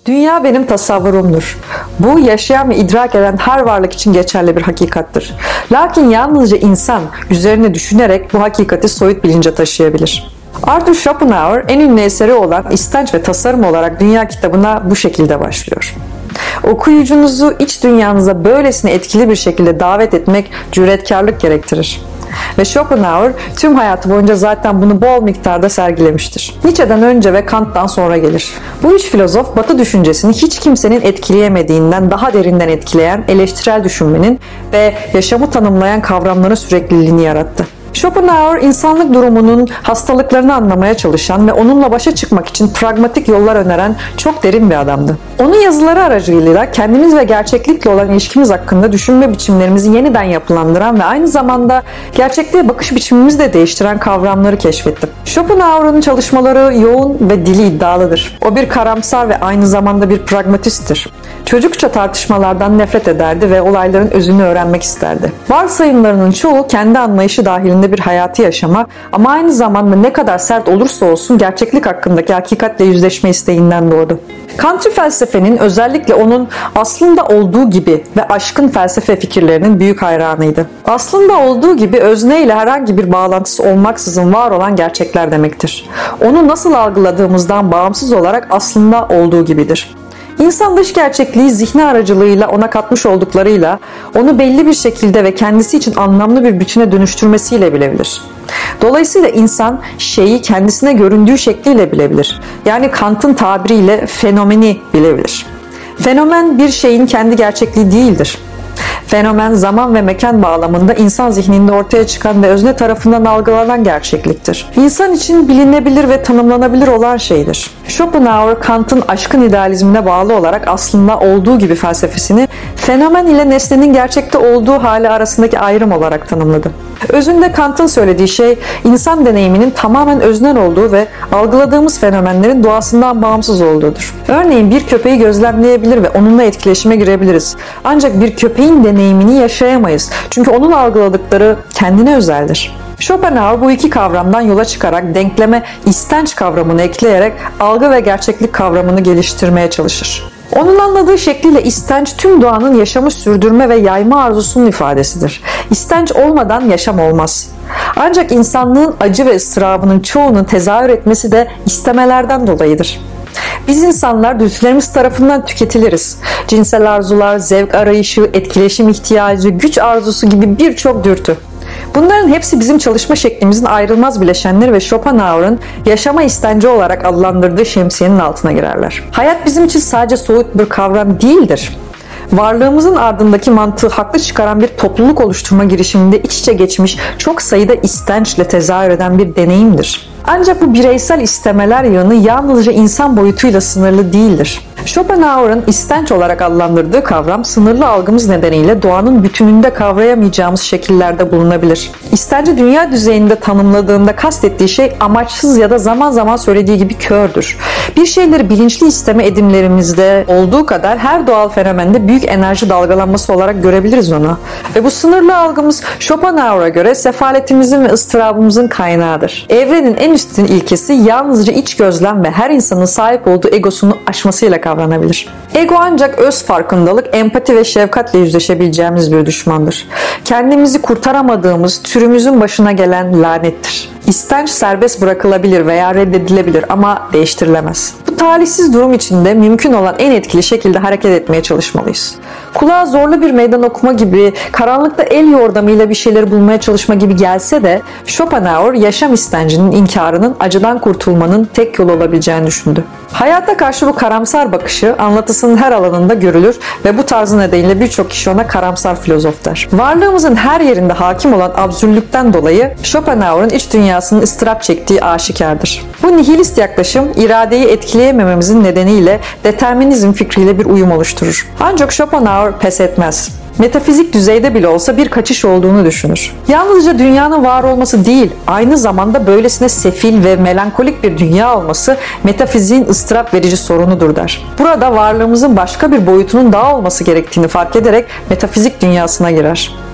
Dünya benim tasavvurumdur. Bu yaşayan ve idrak eden her varlık için geçerli bir hakikattir. Lakin yalnızca insan üzerine düşünerek bu hakikati soyut bilince taşıyabilir. Arthur Schopenhauer en ünlü eseri olan İstenç ve Tasarım olarak Dünya kitabına bu şekilde başlıyor. Okuyucunuzu iç dünyanıza böylesine etkili bir şekilde davet etmek cüretkarlık gerektirir. Ve Schopenhauer tüm hayatı boyunca zaten bunu bol miktarda sergilemiştir. Nietzsche'den önce ve Kant'tan sonra gelir. Bu üç filozof Batı düşüncesini hiç kimsenin etkileyemediğinden daha derinden etkileyen eleştirel düşünmenin ve yaşamı tanımlayan kavramların sürekliliğini yarattı. Schopenhauer, insanlık durumunun hastalıklarını anlamaya çalışan ve onunla başa çıkmak için pragmatik yollar öneren çok derin bir adamdı. Onun yazıları aracılığıyla kendimiz ve gerçeklikle olan ilişkimiz hakkında düşünme biçimlerimizi yeniden yapılandıran ve aynı zamanda gerçekliğe bakış biçimimizi de değiştiren kavramları keşfetti. Schopenhauer'ın çalışmaları yoğun ve dili iddialıdır. O bir karamsar ve aynı zamanda bir pragmatisttir. Çocukça tartışmalardan nefret ederdi ve olayların özünü öğrenmek isterdi. Varsayımlarının çoğu kendi anlayışı dahilinde bir hayatı yaşama ama aynı zamanda ne kadar sert olursa olsun gerçeklik hakkındaki hakikatle yüzleşme isteğinden doğdu. Kantçı felsefenin özellikle onun aslında olduğu gibi ve aşkın felsefe fikirlerinin büyük hayranıydı. Aslında olduğu gibi özne ile herhangi bir bağlantısı olmaksızın var olan gerçekler demektir. Onu nasıl algıladığımızdan bağımsız olarak aslında olduğu gibidir. İnsan dış gerçekliği zihni aracılığıyla ona katmış olduklarıyla onu belli bir şekilde ve kendisi için anlamlı bir bütüne dönüştürmesiyle bilebilir. Dolayısıyla insan şeyi kendisine göründüğü şekliyle bilebilir. Yani Kant'ın tabiriyle fenomeni bilebilir. Fenomen bir şeyin kendi gerçekliği değildir. Fenomen zaman ve mekan bağlamında insan zihninde ortaya çıkan ve özne tarafından algılanan gerçekliktir. İnsan için bilinebilir ve tanımlanabilir olan şeydir. Schopenhauer, Kant'ın aşkın idealizmine bağlı olarak aslında olduğu gibi felsefesini fenomen ile nesnenin gerçekte olduğu hali arasındaki ayrım olarak tanımladı. Özünde Kant'ın söylediği şey insan deneyiminin tamamen öznel olduğu ve algıladığımız fenomenlerin doğasından bağımsız olduğudur. Örneğin bir köpeği gözlemleyebilir ve onunla etkileşime girebiliriz. Ancak bir köpeğin deneyimini yaşayamayız. Çünkü onun algıladıkları kendine özeldir. Schopenhauer bu iki kavramdan yola çıkarak denkleme istenç kavramını ekleyerek algı ve gerçeklik kavramını geliştirmeye çalışır. Onun anladığı şekliyle istenç tüm doğanın yaşamı sürdürme ve yayma arzusunun ifadesidir. İstenç olmadan yaşam olmaz. Ancak insanlığın acı ve ıstırabının çoğunun tezahür etmesi de istemelerden dolayıdır. Biz insanlar dürtülerimiz tarafından tüketiliriz. Cinsel arzular, zevk arayışı, etkileşim ihtiyacı, güç arzusu gibi birçok dürtü. Bunların hepsi bizim çalışma şeklimizin ayrılmaz bileşenleri ve Schopenhauer'ın yaşama istenci olarak adlandırdığı şemsiyenin altına girerler. Hayat bizim için sadece soyut bir kavram değildir. Varlığımızın ardındaki mantığı haklı çıkaran bir topluluk oluşturma girişiminde iç içe geçmiş çok sayıda istençle tezahür eden bir deneyimdir. Ancak bu bireysel istemeler yığını yalnızca insan boyutuyla sınırlı değildir. Schopenhauer'ın istenç olarak adlandırdığı kavram sınırlı algımız nedeniyle doğanın bütününde kavrayamayacağımız şekillerde bulunabilir. İstenci dünya düzeyinde tanımladığında kastettiği şey amaçsız ya da zaman zaman söylediği gibi kördür. Bir şeyleri bilinçli isteme edimlerimizde olduğu kadar her doğal fenomende büyük enerji dalgalanması olarak görebiliriz onu. Ve bu sınırlı algımız Schopenhauer'a göre sefaletimizin ve ıstırabımızın kaynağıdır. Evrenin en üstün ilkesi yalnızca iç gözlem ve her insanın sahip olduğu egosunu aşmasıyla kavranabilir. Ego ancak öz farkındalık, empati ve şefkatle yüzleşebileceğimiz bir düşmandır. Kendimizi kurtaramadığımız türümüzün başına gelen lanettir. İstenç serbest bırakılabilir veya reddedilebilir ama değiştirilemez. Bu talihsiz durum içinde mümkün olan en etkili şekilde hareket etmeye çalışmalıyız. Kulağa zorlu bir meydan okuma gibi, karanlıkta el yordamıyla bir şeyleri bulmaya çalışma gibi gelse de Schopenhauer yaşam istencinin inkarının acıdan kurtulmanın tek yolu olabileceğini düşündü. Hayata karşı bu karamsar bakışı anlatısının her alanında görülür ve bu tarzı nedeniyle birçok kişi ona karamsar filozof der. Varlığımızın her yerinde hakim olan absürtlükten dolayı Schopenhauer'ın iç dünyasının ıstırap çektiği aşikardır. Bu nihilist yaklaşım iradeyi etkileyemememizin nedeniyle determinizm fikriyle bir uyum oluşturur. Ancak Schopenhauer pes etmez. Metafizik düzeyde bile olsa bir kaçış olduğunu düşünür. Yalnızca dünyanın var olması değil, aynı zamanda böylesine sefil ve melankolik bir dünya olması metafiziğin ıstırap verici sorunudur der. Burada varlığımızın başka bir boyutunun daha olması gerektiğini fark ederek metafizik dünyasına girer.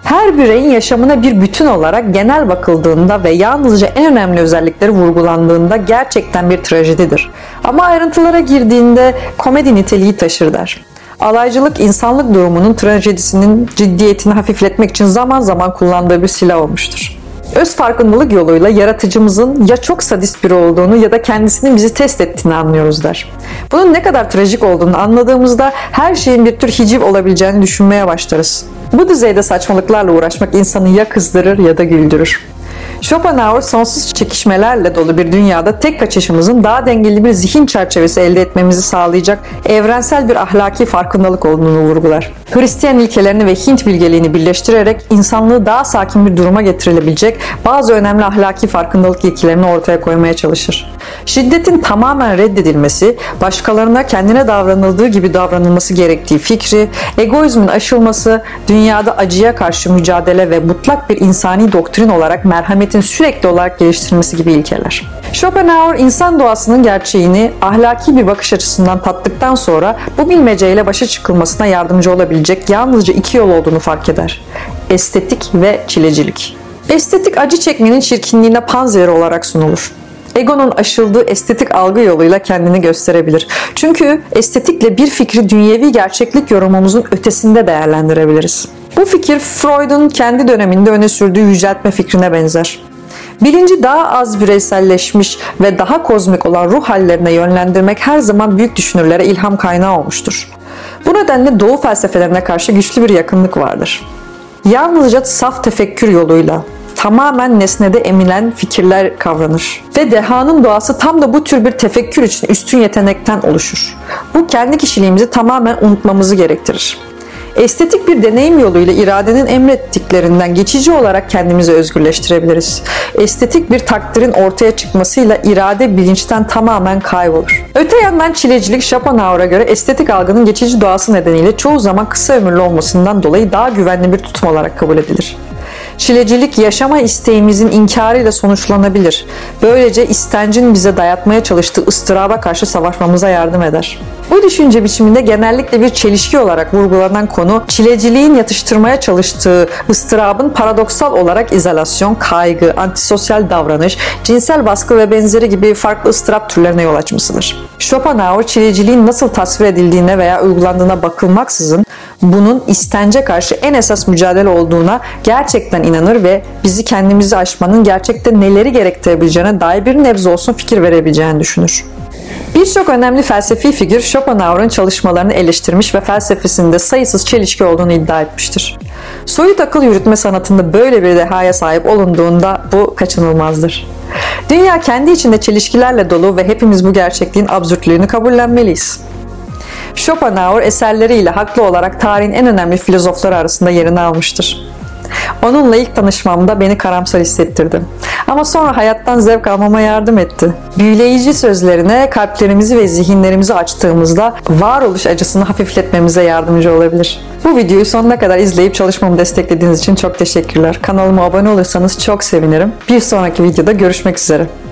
Her bireyin yaşamına bir bütün olarak genel bakıldığında ve yalnızca en önemli özellikleri vurgulandığında gerçekten bir trajedidir. Ama ayrıntılara girdiğinde komedi niteliği taşır der. Alaycılık insanlık durumunun trajedisinin ciddiyetini hafifletmek için zaman zaman kullandığı bir silah olmuştur. Öz farkındalık yoluyla yaratıcımızın ya çok sadist biri olduğunu ya da kendisinin bizi test ettiğini anlıyoruz der. Bunun ne kadar trajik olduğunu anladığımızda her şeyin bir tür hiciv olabileceğini düşünmeye başlarız. Bu düzeyde saçmalıklarla uğraşmak insanı ya kızdırır ya da güldürür. Schopenhauer sonsuz çekişmelerle dolu bir dünyada tek kaçışımızın daha dengeli bir zihin çerçevesi elde etmemizi sağlayacak evrensel bir ahlaki farkındalık olduğunu vurgular. Hristiyan ilkelerini ve Hint bilgeliğini birleştirerek insanlığı daha sakin bir duruma getirilebilecek bazı önemli ahlaki farkındalık ilkelerini ortaya koymaya çalışır. Şiddetin tamamen reddedilmesi, başkalarına kendine davranıldığı gibi davranılması gerektiği fikri, egoizmin aşılması, dünyada acıya karşı mücadele ve mutlak bir insani doktrin olarak merhametin sürekli olarak geliştirilmesi gibi ilkeler. Schopenhauer insan doğasının gerçeğini ahlaki bir bakış açısından tattıktan sonra bu bilmeceyle başa çıkılmasına yardımcı olabilecek yalnızca iki yol olduğunu fark eder. Estetik ve çilecilik. Estetik acı çekmenin çirkinliğine panzehir olarak sunulur. Egonun aşıldığı estetik algı yoluyla kendini gösterebilir. Çünkü estetikle bir fikri dünyevi gerçeklik yorumumuzun ötesinde değerlendirebiliriz. Bu fikir Freud'un kendi döneminde öne sürdüğü yüceltme fikrine benzer. Bilinci daha az bireyselleşmiş ve daha kozmik olan ruh hallerine yönlendirmek her zaman büyük düşünürlere ilham kaynağı olmuştur. Bu nedenle Doğu felsefelerine karşı güçlü bir yakınlık vardır. Yalnızca saf tefekkür yoluyla, tamamen nesnede emilen fikirler kavranır. Ve dehanın doğası tam da bu tür bir tefekkür için üstün yetenekten oluşur. Bu kendi kişiliğimizi tamamen unutmamızı gerektirir. Estetik bir deneyim yoluyla iradenin emrettiklerinden geçici olarak kendimizi özgürleştirebiliriz. Estetik bir takdirin ortaya çıkmasıyla irade bilinçten tamamen kaybolur. Öte yandan çilecilik Schopenhauer'a göre estetik algının geçici doğası nedeniyle çoğu zaman kısa ömürlü olmasından dolayı daha güvenli bir tutum olarak kabul edilir. Çilecilik yaşama isteğimizin inkarıyla sonuçlanabilir. Böylece istencin bize dayatmaya çalıştığı ıstıraba karşı savaşmamıza yardım eder. Bu düşünce biçiminde genellikle bir çelişki olarak vurgulanan konu, çileciliğin yatıştırmaya çalıştığı ıstırabın paradoksal olarak izolasyon, kaygı, antisosyal davranış, cinsel baskı ve benzeri gibi farklı ıstırap türlerine yol açmasıdır. Schopenhauer, çileciliğin nasıl tasvir edildiğine veya uygulandığına bakılmaksızın bunun istence karşı en esas mücadele olduğuna gerçekten inanır ve bizi kendimizi aşmanın gerçekte neleri gerektirebileceğine dair bir nebze olsun fikir verebileceğini düşünür. Birçok önemli felsefi figür Schopenhauer'ın çalışmalarını eleştirmiş ve felsefesinde sayısız çelişki olduğunu iddia etmiştir. Soyut akıl yürütme sanatında böyle bir dehaya sahip olunduğunda bu kaçınılmazdır. Dünya kendi içinde çelişkilerle dolu ve hepimiz bu gerçekliğin absürtlüğünü kabullenmeliyiz. Schopenhauer eserleriyle haklı olarak tarihin en önemli filozofları arasında yerini almıştır. Onunla ilk tanışmamda beni karamsar hissettirdi. Ama sonra hayattan zevk almama yardım etti. Büyüleyici sözlerine kalplerimizi ve zihinlerimizi açtığımızda varoluş acısını hafifletmemize yardımcı olabilir. Bu videoyu sonuna kadar izleyip çalışmamı desteklediğiniz için çok teşekkürler. Kanalıma abone olursanız çok sevinirim. Bir sonraki videoda görüşmek üzere.